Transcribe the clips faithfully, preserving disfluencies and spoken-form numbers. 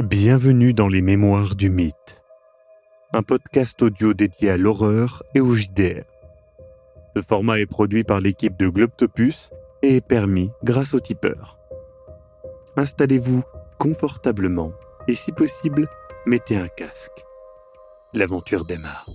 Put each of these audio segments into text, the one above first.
Bienvenue dans les Mémoires du Mythe, un podcast audio dédié à l'horreur et au J D R. Ce format est produit par l'équipe de Globtopus et est permis grâce au tipeur. Installez-vous confortablement et si possible, mettez un casque. L'aventure démarre.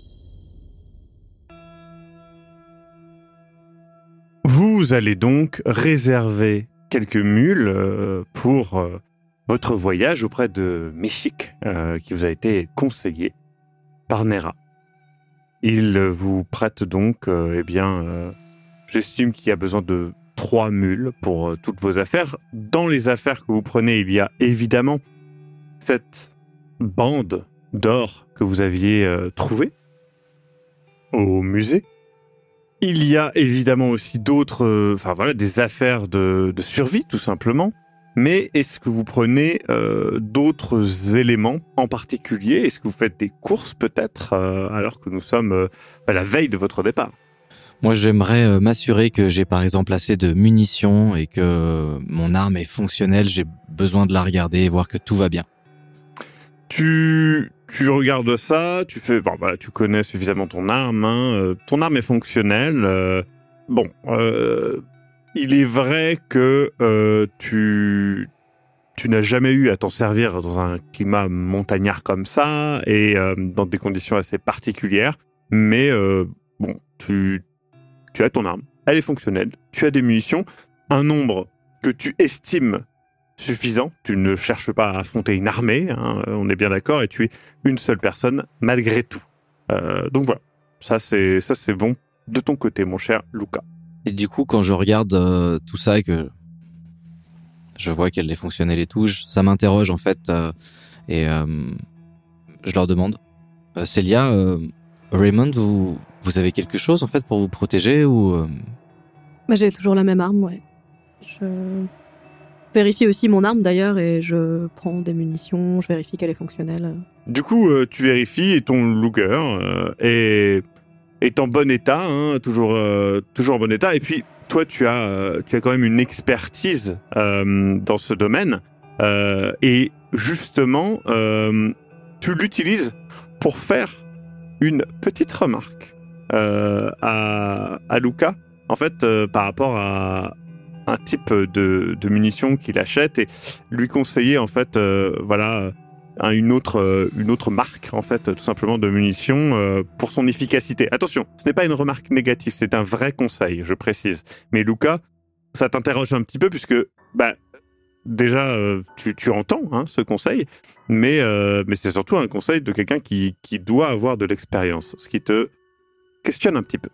Vous allez donc réserver quelques mules euh, pour euh, votre voyage auprès de Meshik, euh, qui vous a été conseillé par Nera. Il vous prête donc, euh, eh bien, euh, j'estime qu'il y a besoin de trois mules pour euh, toutes vos affaires. Dans les affaires que vous prenez, il y a évidemment cette bande d'or que vous aviez euh, trouvée au musée. Il y a évidemment aussi d'autres, euh, enfin voilà, des affaires de, de survie tout simplement. Mais est-ce que vous prenez euh, d'autres éléments en particulier ? Est-ce que vous faites des courses peut-être euh, alors que nous sommes euh, à la veille de votre départ ? Moi, j'aimerais euh, m'assurer que j'ai par exemple assez de munitions et que mon arme est fonctionnelle. J'ai besoin de la regarder et voir que tout va bien. Tu, tu regardes ça, tu fais, bon, voilà, tu connais suffisamment ton arme, hein, euh, ton arme est fonctionnelle. Euh, bon, euh, il est vrai que euh, tu, tu n'as jamais eu à t'en servir dans un climat montagnard comme ça et euh, dans des conditions assez particulières. Mais euh, bon, tu, tu as ton arme, elle est fonctionnelle, tu as des munitions, un nombre que tu estimes suffisant. Tu ne cherches pas à affronter une armée, hein, on est bien d'accord, et tu es une seule personne malgré tout. Euh, donc voilà, ça c'est, ça c'est bon de ton côté, mon cher Luca. Et du coup, quand je regarde euh, tout ça et que je vois qu'elle est fonctionnelle et tout, je, ça m'interroge en fait. Euh, et euh, je leur demande, euh, Célia, euh, Raymond, vous, vous avez quelque chose en fait pour vous protéger ou euh... Bah, j'ai toujours la même arme, ouais. Je vérifie aussi mon arme d'ailleurs et je prends des munitions, je vérifie qu'elle est fonctionnelle. Du coup, euh, tu vérifies et ton Luger euh, est, est en bon état, hein, toujours, euh, toujours en bon état. Et puis, toi, tu as, euh, tu as quand même une expertise euh, dans ce domaine. Euh, et justement, euh, tu l'utilises pour faire une petite remarque euh, à, à Luca, en fait, euh, par rapport à un type de, de munitions qu'il achète et lui conseiller en fait euh, voilà une autre euh, une autre marque en fait tout simplement de munitions euh, pour son efficacité. Attention, ce n'est pas une remarque négative, c'est un vrai conseil, je précise. Mais Luca, ça t'interroge un petit peu puisque bah déjà euh, tu, tu entends hein, ce conseil, mais euh, mais c'est surtout un conseil de quelqu'un qui qui doit avoir de l'expérience, ce qui te questionne un petit peu.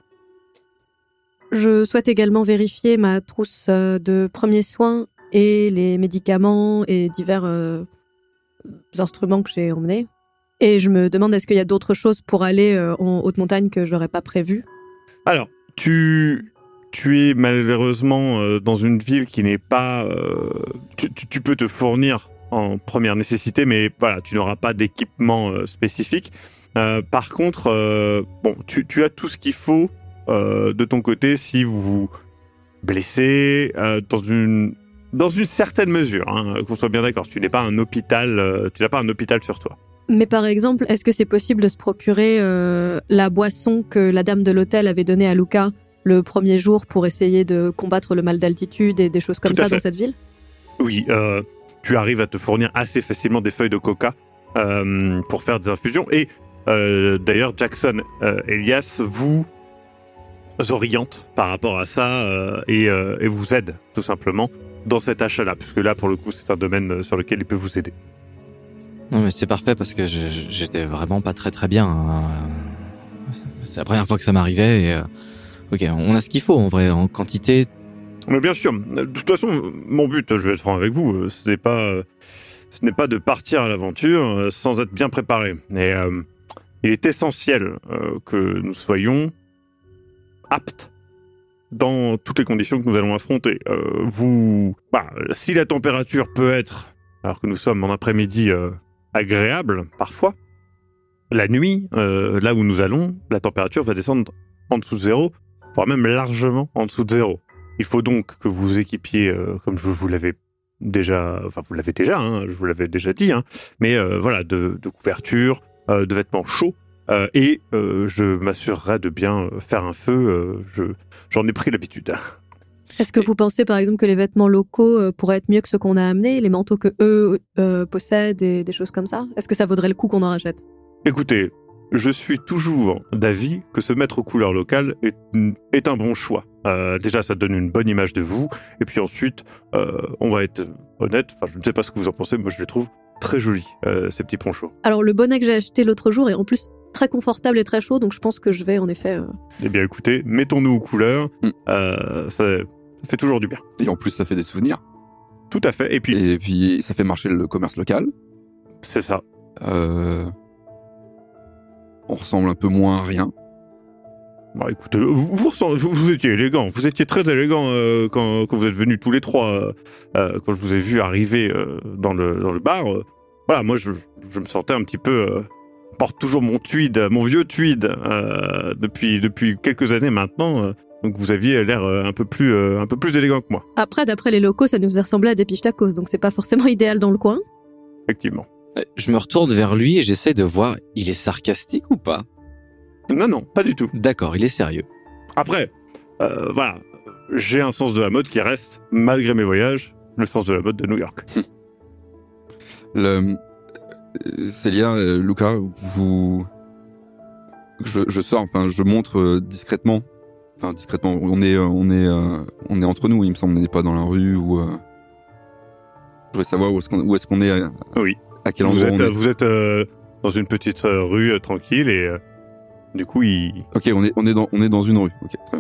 Je souhaite également vérifier ma trousse de premiers soins et les médicaments et divers euh, instruments que j'ai emmenés. Et je me demande, est-ce qu'il y a d'autres choses pour aller euh, en haute montagne que je n'aurais pas prévues ? Alors, tu, tu es malheureusement euh, dans une ville qui n'est pas... Euh, tu, tu, tu peux te fournir en première nécessité, mais voilà, tu n'auras pas d'équipement euh, spécifique. Euh, par contre, euh, bon, tu, tu as tout ce qu'il faut Euh, de ton côté si vous vous blessez euh, dans une dans une certaine mesure, hein, qu'on soit bien d'accord. Tu n'es pas un hôpital, euh, tu n'as pas un hôpital sur toi. Mais par exemple, est-ce que c'est possible de se procurer euh, la boisson que la dame de l'hôtel avait donnée à Luca le premier jour pour essayer de combattre le mal d'altitude et des choses comme ça dans cette ville ? Oui, euh, tu arrives à te fournir assez facilement des feuilles de coca euh, pour faire des infusions. Et euh, d'ailleurs, Jackson, euh, Elias, vous oriente par rapport à ça euh, et, euh, et vous aide tout simplement dans cet achat-là, puisque là pour le coup c'est un domaine sur lequel il peut vous aider. Non mais c'est parfait parce que je, j'étais vraiment pas très très bien. Hein. C'est la première fois que ça m'arrivait et euh, ok, on a ce qu'il faut en vrai, en quantité. Mais bien sûr, de toute façon mon but, je vais être franc avec vous, ce n'est pas, ce n'est pas de partir à l'aventure sans être bien préparé. Et euh, il est essentiel euh, que nous soyons apte dans toutes les conditions que nous allons affronter. Euh, vous, bah, si la température peut être, alors que nous sommes en après-midi euh, agréable parfois, la nuit, euh, là où nous allons, la température va descendre en dessous de zéro, voire même largement en dessous de zéro. Il faut donc que vous vous équipiez, euh, comme je vous l'avais déjà, enfin vous l'avez déjà, hein, je vous l'avais déjà dit, hein, mais euh, voilà, de, de couverture, euh, de vêtements chauds, euh, et euh, je m'assurerai de bien faire un feu. Euh, je, j'en ai pris l'habitude. Est-ce que vous pensez par exemple que les vêtements locaux euh, pourraient être mieux que ceux qu'on a amenés, les manteaux que eux euh, possèdent et des choses comme ça? Est-ce que ça vaudrait le coup qu'on en rachète? Écoutez, je suis toujours d'avis que se mettre aux couleurs locales est, est un bon choix. Euh, déjà, ça donne une bonne image de vous. Et puis ensuite, euh, on va être honnête, enfin, je ne sais pas ce que vous en pensez, moi je les trouve très jolis, euh, ces petits ponchos. Alors, le bonnet que j'ai acheté l'autre jour est en plus très confortable et très chaud, donc je pense que je vais en effet... Euh... Eh bien écoutez, mettons-nous aux couleurs, mm. euh, ça, ça fait toujours du bien. Et en plus, ça fait des souvenirs. Tout à fait, et puis... Et puis, ça fait marcher le commerce local. C'est ça. Euh... On ressemble un peu moins à rien. Bon, écoutez, vous, vous, vous, vous étiez élégant, vous étiez très élégant euh, quand, quand vous êtes venus tous les trois, euh, euh, quand je vous ai vu arriver euh, dans, le, dans le bar. Euh, voilà, moi, je, je me sentais un petit peu... Euh, je porte toujours mon tweed, mon vieux tweed, euh, depuis, depuis quelques années maintenant. Euh, donc vous aviez l'air euh, un peu plus, euh, un peu plus élégant que moi. Après, d'après les locaux, ça nous a ressemblé à des piches tacos, donc c'est pas forcément idéal dans le coin. Effectivement. Je me retourne vers lui et j'essaie de voir, il est sarcastique ou pas? Non, non, pas du tout. D'accord, il est sérieux. Après, euh, voilà, j'ai un sens de la mode qui reste, malgré mes voyages, le sens de la mode de New York. Le... Célia, euh, Luca, vous... Je, je sors, enfin, je montre euh, discrètement. Enfin, discrètement, on est, euh, on est, euh, on est entre nous, il me semble, on n'est pas dans la rue ou... Euh... Je voudrais savoir où est-ce qu'on, où est-ce qu'on est, à, oui. à quel vous endroit êtes, on est. Vous êtes euh, dans une petite euh, rue euh, tranquille et euh, du coup, il... Ok, on est, on est dans, on est dans une rue. Ok, très bien.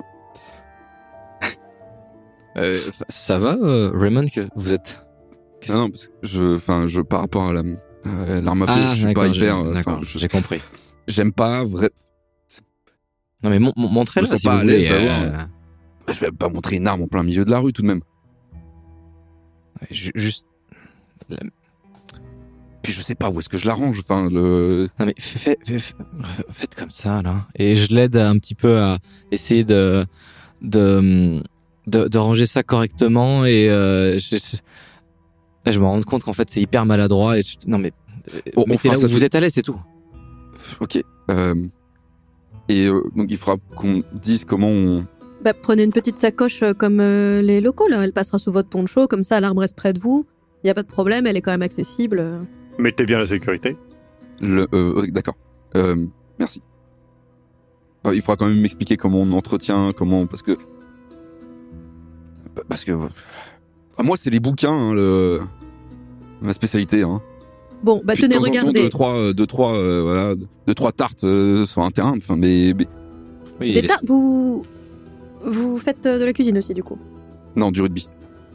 Euh, ça va, euh, Raymond, que vous êtes... Non, non, parce que je, enfin, je, par rapport à la, à l'arme à feu, Ah, je suis d'accord, pas hyper. j'ai, euh, d'accord, je, j'ai compris. J'aime pas vrai. Non mais mon, mon, montrez-le Je sens si pas vous à l'aise voulez. d'avoir- euh, Je vais pas montrer une arme en plein milieu de la rue tout de même. ju- juste... Puis je sais pas où est-ce que je l'arrange. Enfin, le. Non mais fait- fait- fait- faites comme ça là. Et je l'aide un petit peu à essayer de de de, de ranger ça correctement et euh, je, je, je me rends compte qu'en fait c'est hyper maladroit et je, non mais On- on mettez fera là où ça vous tout- êtes à l'aise, c'est tout. Ok. Euh... Et euh, donc il faudra qu'on dise comment on. Bah, prenez une petite sacoche euh, comme euh, les locaux, là. Elle passera sous votre poncho, comme ça l'arbre reste près de vous. Il y a pas de problème, elle est quand même accessible. euh. Mettez bien la sécurité. Le. Euh, ok, d'accord. Euh, merci. Euh, il faudra quand même m'expliquer comment on entretient, comment parce que parce que ah, moi c'est les bouquins, hein, le ma spécialité. Hein. Bon, bah Puis de tenez, temps en temps, regardez. deux trois, euh, deux trois, euh, voilà, deux trois tartes euh, sur un terrain. Enfin, mais, mais Oui, Des les- tartes, vous... vous faites euh, de la cuisine aussi, du coup. non, du rugby.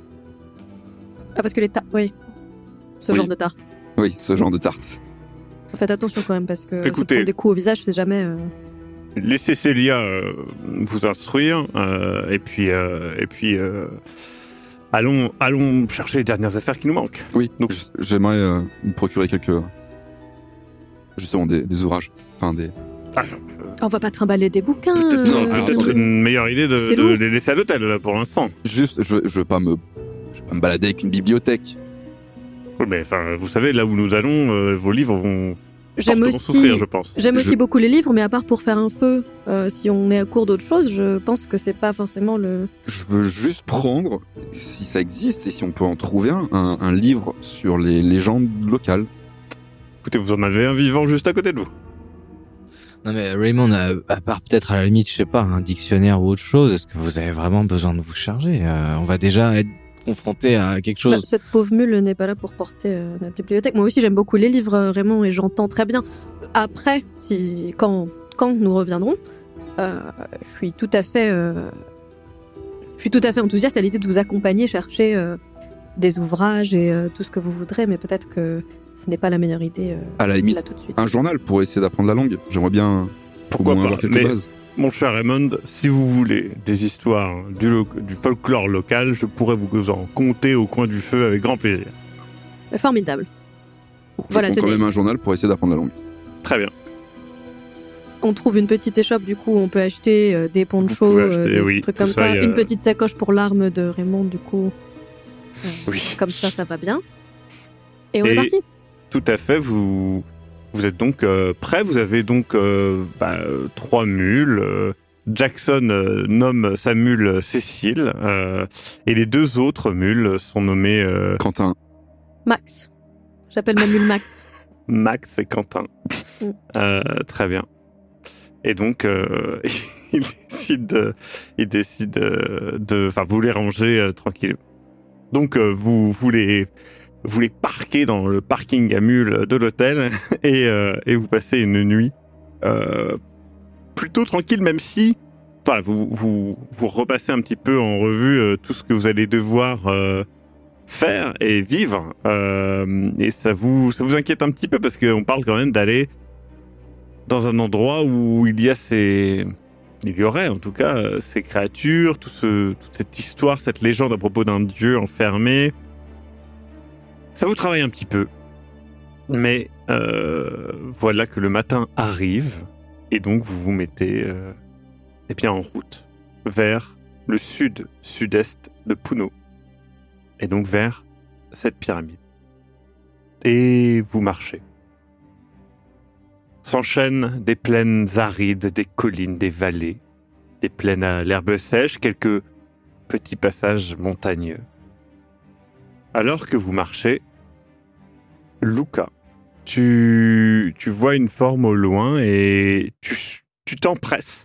Ah, parce que les tartes, oui. Ce Oui. genre de tarte. Oui, ce genre de tarte. Faites attention quand même, parce que Écoutez. se prendre des coups au visage, c'est jamais... euh, Laissez Célia euh, vous instruire euh, et puis euh, et puis euh, allons allons chercher les dernières affaires qui nous manquent. Oui, Donc- donc j'aimerais euh, me procurer quelques justement des, des ouvrages, enfin des. Ah, On va pas trimballer des bouquins. peut-être non, euh, alors, peut-être attendez. une meilleure idée de, C'est de lourd. les laisser à l'hôtel là pour l'instant. Juste, je, je veux pas me, je veux pas me balader avec une bibliothèque. Oui, mais enfin, vous savez, là où nous allons, euh, vos livres vont J'aime fortement aussi... souffrir, je pense. J'aime Je- aussi beaucoup les livres, mais à part pour faire un feu, euh, si on est à court d'autre chose, je pense que c'est pas forcément le... Je veux juste prendre, si ça existe et si on peut en trouver un, un, un livre sur les légendes locales. Écoutez, vous en avez un vivant juste à côté de vous. Non mais Raymond, à, à part peut-être à la limite, je sais pas, un dictionnaire ou autre chose, est-ce que vous avez vraiment besoin de vous charger? Euh, On va déjà être confronté à quelque chose. Bah, cette pauvre mule n'est pas là pour porter euh, notre bibliothèque. Moi aussi, j'aime beaucoup les livres, euh, Raymond, et j'entends très bien. Après, si quand, quand nous reviendrons, euh, je suis tout à fait... euh, je suis tout à fait enthousiaste à l'idée de vous accompagner chercher euh, des ouvrages et euh, tout ce que vous voudrez, mais peut-être que ce n'est pas la meilleure idée euh, À la limite, là tout de suite. un journal pour essayer d'apprendre la langue. J'aimerais bien Pourquoi au moins pas, avoir quelques mais- bases. Mon cher Raymond, si vous voulez des histoires du, lo- du folklore local, je pourrais vous en conter au coin du feu avec grand plaisir. Formidable. Je voilà, prends quand tenez. même un journal pour essayer d'apprendre la langue. Très bien. On trouve une petite échoppe, du coup, on peut acheter euh, des ponchos, pouvez euh, acheter, des oui, trucs tout comme ça, ça. il y a- Une petite sacoche pour l'arme de Raymond, du coup. Oui. Comme ça, ça va bien. Et on Et- est parti. Tout à fait, vous, vous êtes donc euh, prêts. Vous avez donc euh, bah, euh, trois mules. euh, Jackson euh, nomme sa mule Cécile. euh, et les deux autres mules sont nommées euh, Quentin. Max. J'appelle ma mule Max. Max et Quentin. Mm. Euh, très bien. Et donc, euh, il décide, de- il décide euh, de... Enfin, vous les rangez euh, tranquille. Donc, euh, vous, vous, les, vous les parquez dans le parking à mules de l'hôtel et, euh, et vous passez une nuit euh, plutôt tranquille, même si enfin, vous, vous, vous repassez un petit peu en revue euh, tout ce que vous allez devoir euh, faire et vivre. Euh, et ça vous, ça vous inquiète un petit peu parce qu'on parle quand même d'aller dans un endroit où il y a ces... Il y aurait en tout cas euh, ces créatures, tout ce, toute cette histoire, cette légende à propos d'un dieu enfermé. Ça vous travaille un petit peu. Mais euh, voilà que le matin arrive et donc vous vous mettez euh, eh bien en route vers le sud-sud-est de Puno. Et donc vers cette pyramide. Et vous marchez. S'enchaînent des plaines arides, des collines, des vallées, des plaines à l'herbe sèche, quelques petits passages montagneux. Alors que vous marchez, Luca, tu, tu vois une forme au loin et tu, tu t'empresses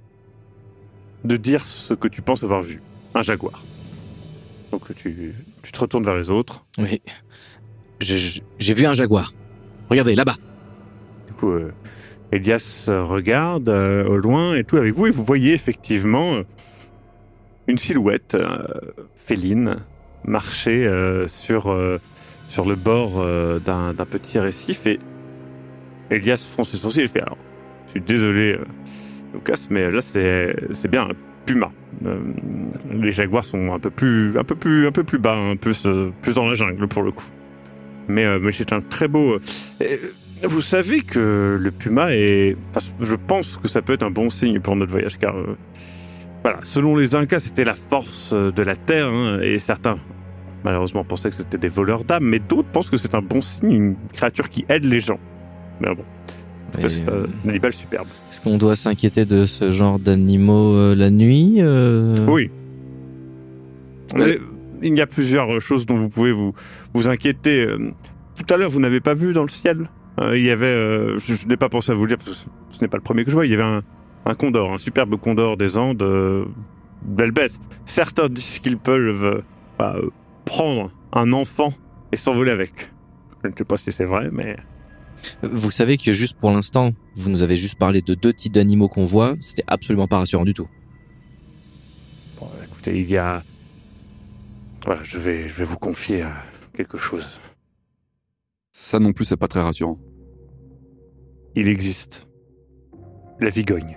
de dire ce que tu penses avoir vu. Un jaguar. Donc tu, tu te retournes vers les autres. Oui. J'ai j'ai vu un jaguar. Regardez, là-bas. Du coup, euh, Elias euh, regarde euh, au loin et tout avec vous et vous voyez effectivement euh, une silhouette euh, féline marcher euh, sur, euh, sur le bord euh, d'un d'un petit récif et Elias fronce ses sourcils et fait alors, je suis désolé euh, Lucas, mais là c'est c'est bien un puma. Euh, les jaguars sont un peu plus un peu plus un peu plus bas, un peu euh, plus dans la jungle pour le coup. Mais, euh, mais c'est un très beau. Euh, vous savez que le puma est. Enfin, je pense que ça peut être un bon signe pour notre voyage, car euh, voilà, selon les Incas, c'était la force de la terre, hein, et certains malheureusement pensaient que c'était des voleurs d'âmes, mais d'autres pensent que c'est un bon signe, une créature qui aide les gens. Mais bon, Et, c'est euh, un animal superbe. Est-ce qu'on doit s'inquiéter de ce genre d'animaux euh, la nuit euh... Oui. Mais il y a plusieurs choses dont vous pouvez vous, vous inquiéter. Euh, Tout à l'heure, vous n'avez pas vu dans le ciel euh, Il y avait... euh, je, je n'ai pas pensé à vous le dire, parce que ce, ce n'est pas le premier que je vois. Il y avait un, un condor, un superbe condor des Andes. Euh, belle bête. Certains disent qu'ils peuvent euh, bah, euh, prendre un enfant et s'envoler avec. Je ne sais pas si c'est vrai, mais... Vous savez que juste pour l'instant, vous nous avez juste parlé de deux types d'animaux qu'on voit. C'était absolument pas rassurant du tout. Bon, écoutez, il y a... Voilà, je vais, je vais vous confier euh, quelque chose. Ça non plus, c'est pas très rassurant. Il existe la vigogne.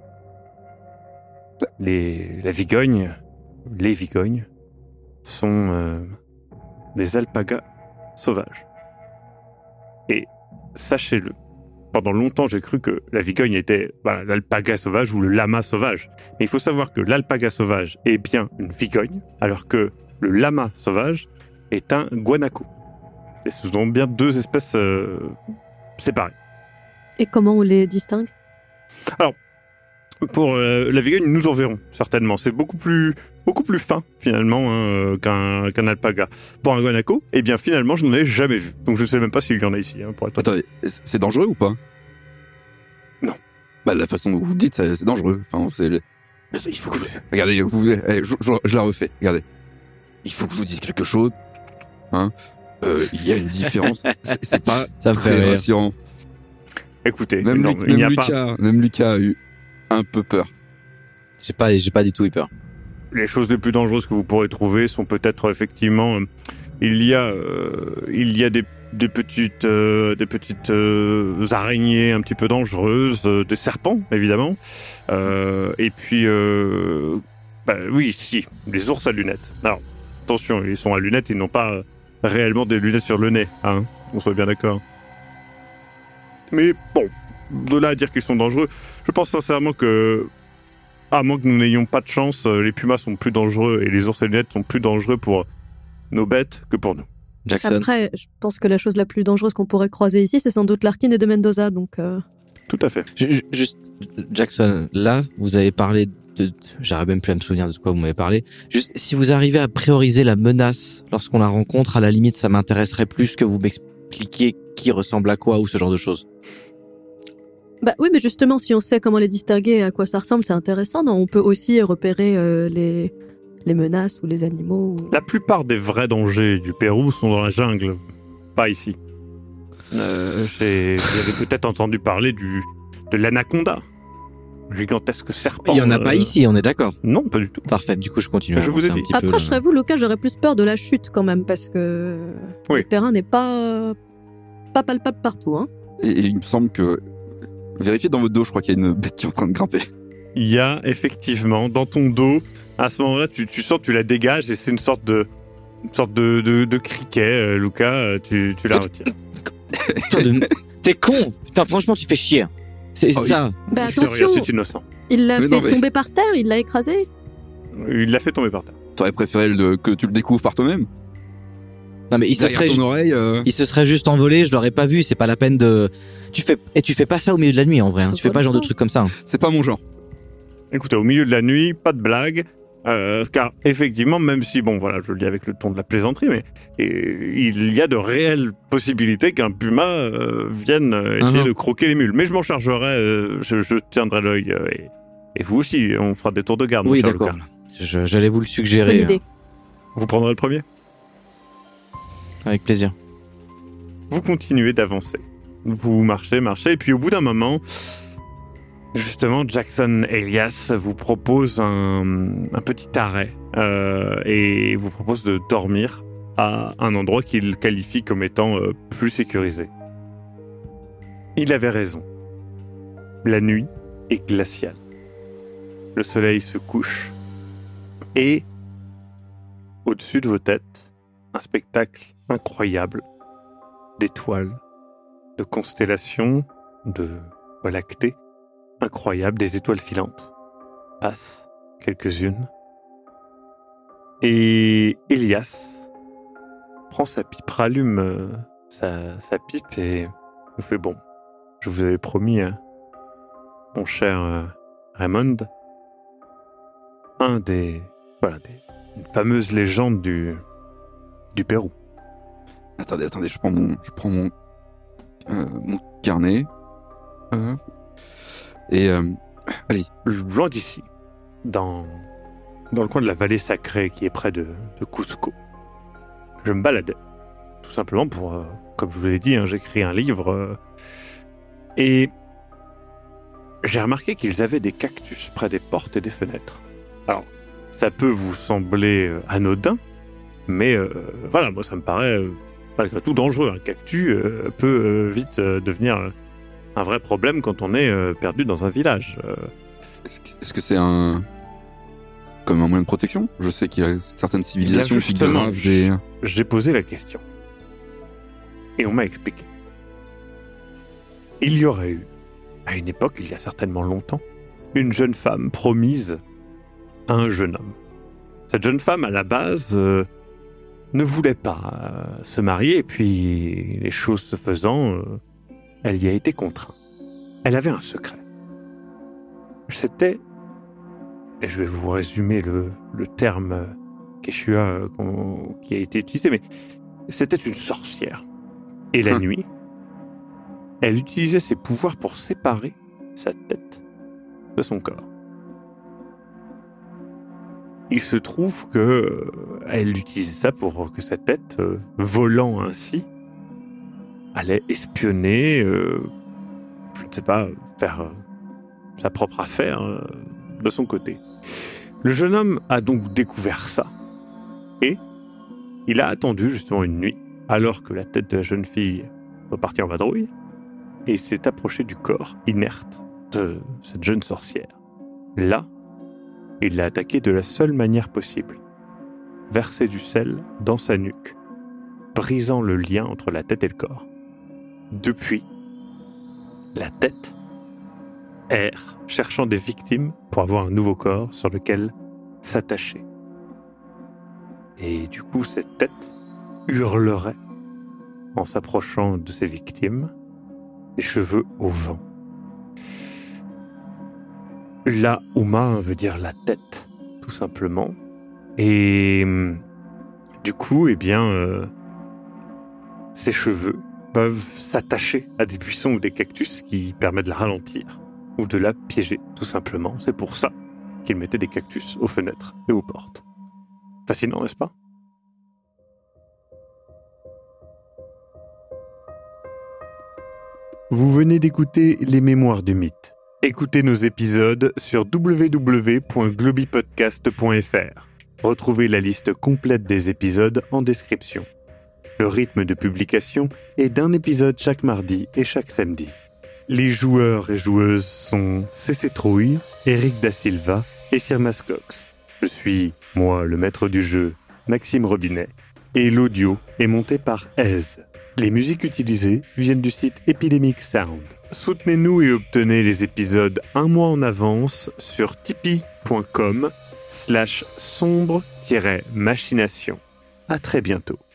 Les, la vigogne, les vigognes, sont euh, des alpagas sauvages. Et sachez-le, pendant longtemps j'ai cru que la vigogne était bah, l'alpaga sauvage ou le lama sauvage. Mais il faut savoir que l'alpaga sauvage est bien une vigogne, alors que le lama sauvage est un guanaco. Et ce sont bien deux espèces euh, séparées. Et comment on les distingue? Pour euh, la vigogne, nous en verrons, certainement. C'est beaucoup plus, beaucoup plus fin, finalement, hein, euh, qu'un, qu'un alpaga. Pour un guanaco, eh bien, finalement, je n'en ai jamais vu. Donc, je ne sais même pas s'il y en a ici, hein, pour être honnête. Attendez, c'est dangereux ou pas? Non. Bah, la façon dont vous dites, c'est c'est dangereux. Enfin, c'est... le- Il faut que je... Regardez, vous... eh, je, je, je la refais, regardez. Il faut que je vous dise quelque chose. Hein euh, il y a une différence. C'est, c'est pas Ça me fait très rire. rassurant. Écoutez, Même, non, Lu- il n'y même a Lucas, même Lucas a eu un peu peur. J'ai pas, j'ai pas du tout eu peur. les choses les plus dangereuses que vous pourrez trouver sont peut-être effectivement... euh, il y a, euh, il y a des, des petites, euh, des petites euh, araignées un petit peu dangereuses, euh, des serpents, évidemment. Euh, et puis, euh, bah, oui, si, les ours à lunettes. Alors, attention, ils sont à lunettes, ils n'ont pas euh, réellement des lunettes sur le nez, hein, on soit bien d'accord. Mais bon, de là à dire qu'ils sont dangereux, je pense sincèrement que, à moins que nous n'ayons pas de chance, euh, les pumas sont plus dangereux et les ours à lunettes sont plus dangereux pour nos bêtes que pour nous. Jackson. Après, je pense que la chose la plus dangereuse qu'on pourrait croiser ici, c'est sans doute Larkin et de Mendoza, donc... Euh... Tout à fait. Je- je- juste, Jackson, là, vous avez parlé de... J'arrive même plus à me souvenir de quoi vous m'avez parlé. Juste, si vous arrivez à prioriser la menace lorsqu'on la rencontre, à la limite, ça m'intéresserait plus que vous m'expliquiez qui ressemble à quoi ou ce genre de choses. Bah oui, mais justement, si on sait comment les distinguer et à quoi ça ressemble, c'est intéressant. Non, on peut aussi repérer euh, les, les menaces ou les animaux. Ou... La plupart des vrais dangers du Pérou sont dans la jungle, pas ici. Euh, j'ai, vous avez peut-être entendu parler du, de l'anaconda, gigantesque serpent. Il y en a euh, pas ici, on est d'accord. Non, pas du tout. Parfait, du coup je continue. à Je vous ai avancer un dit. petit peu, Après, je là. serais vous, Lucas, j'aurais plus peur de la chute quand même, parce que Oui. le terrain n'est pas, pas palpable partout. Hein. Et, et il me semble que... Vérifiez dans votre dos, je crois qu'il y a une bête qui est en train de grimper. Il y a effectivement dans ton dos, à ce moment-là, tu, tu sens que tu la dégages et c'est une sorte de, une sorte de, de, de criquet, euh, Lucas, euh, tu, tu la retires. Putain de- T'es con. Putain, franchement, tu fais chier. C'est Oh, ça. Bah, C'est rien, attention, c'est innocent. il l'a Mais fait non, mais- tomber par terre, il l'a écrasé. Il l'a fait tomber par terre. T'aurais préféré le- que tu le découvres par toi-même? Non mais il se Derrière serait, ton oreille euh, il se serait juste envolé. Je l'aurais pas vu. C'est pas la peine de. Tu fais et tu fais pas ça au milieu de la nuit en vrai. Hein. Ça Tu fais pas vole genre de pas. trucs comme ça. Hein. C'est pas mon genre. Écoutez, au milieu de la nuit, pas de blague, euh, car effectivement, même si, bon, voilà, je le dis avec le ton de la plaisanterie, mais et, il y a de réelles possibilités qu'un puma euh, vienne euh, essayer Uh-huh. de croquer les mules. Mais je m'en chargerai, euh, je, je tiendrai l'œil, euh, et, et vous aussi, on fera des tours de garde. mon Oui, cher d'accord. Lucas. Je- J'allais vous le Bonne suggérer. idée. Vous prendrez le premier. hein, Avec plaisir. Vous continuez d'avancer. Vous marchez, marchez, et puis au bout d'un moment, justement, Jackson Elias vous propose un, un petit arrêt euh, et vous propose de dormir à un endroit qu'il qualifie comme étant euh, plus sécurisé. Il avait raison. La nuit est glaciale. Le soleil se couche et, au-dessus de vos têtes, un spectacle incroyable d'étoiles, de constellations, de voies lactées, incroyables, des étoiles filantes, passent quelques-unes. Et Elias prend sa pipe, rallume euh, sa, sa pipe et nous fait « Bon, je vous avais promis, hein, mon cher euh, Raymond, un des... voilà, des, une fameuse légende du, du Pérou. Attendez, attendez, je prends mon, je prends mon, euh, mon carnet. Euh, et euh, allez. Loin d'ici, dans, dans le coin de la vallée sacrée qui est près de, de Cusco, je me baladais, tout simplement pour, euh, comme je vous l'ai dit, hein, j'écris un livre, euh, et j'ai remarqué qu'ils avaient des cactus près des portes et des fenêtres. Alors, ça peut vous sembler euh, anodin, mais euh, voilà, moi ça me paraît euh, malgré tout dangereux. Un cactus euh, peut euh, vite euh, devenir euh, un vrai problème quand on est euh, perdu dans un village. Euh, Est-ce que- est-ce que c'est un comme un moyen de protection? Je sais qu'il y a certaines civilisations qui justement, gravent des. J'ai posé la question. Et on m'a expliqué. Il y aurait eu, à une époque, il y a certainement longtemps, une jeune femme promise à un jeune homme. Cette jeune femme, à la base, euh, ne voulait pas euh, se marier, et puis, les choses se faisant, euh, elle y a été contrainte. Elle avait un secret. C'était, et je vais vous résumer le, le terme euh, Quechua euh, qu'on- qui a été utilisé, mais c'était une sorcière. Et la Hum. nuit, elle utilisait ses pouvoirs pour séparer sa tête de son corps. Il se trouve que euh, elle utilisait ça pour que sa tête, euh, volant ainsi, allait espionner, euh, je ne sais pas, faire euh, sa propre affaire euh, de son côté. Le jeune homme a donc découvert ça. Et il a attendu justement une nuit, alors que la tête de la jeune fille repartit en vadrouille, et il s'est approché du corps inerte de cette jeune sorcière. Là, il l'a attaqué de la seule manière possible. Verser du sel dans sa nuque, brisant le lien entre la tête et le corps. Depuis, la tête erre, cherchant des victimes pour avoir un nouveau corps sur lequel s'attacher. Et du coup, cette tête hurlerait en s'approchant de ses victimes, les cheveux au vent. La Uma veut dire la tête, tout simplement. Et du coup, eh bien, euh, ses cheveux peuvent s'attacher à des buissons ou des cactus qui permettent de la ralentir ou de la piéger, tout simplement. C'est pour ça qu'il mettait des cactus aux fenêtres et aux portes. Fascinant, n'est-ce pas ? Vous venez d'écouter Les Mémoires du Mythe. Écoutez nos épisodes sur w w w point globipodcast point f r. Retrouvez la liste complète des épisodes en description. Le rythme de publication est d'un épisode chaque mardi et chaque samedi. Les joueurs et joueuses sont C C Trouille, Eric Da Silva et Sirmas Cox. Je suis, moi, le maître du jeu, Maxime Robinet, et l'audio est monté par Aise. Les musiques utilisées viennent du site Epidemic Sound. Soutenez-nous et obtenez les épisodes un mois en avance sur tipeee.com slash sombre-machination. À très bientôt.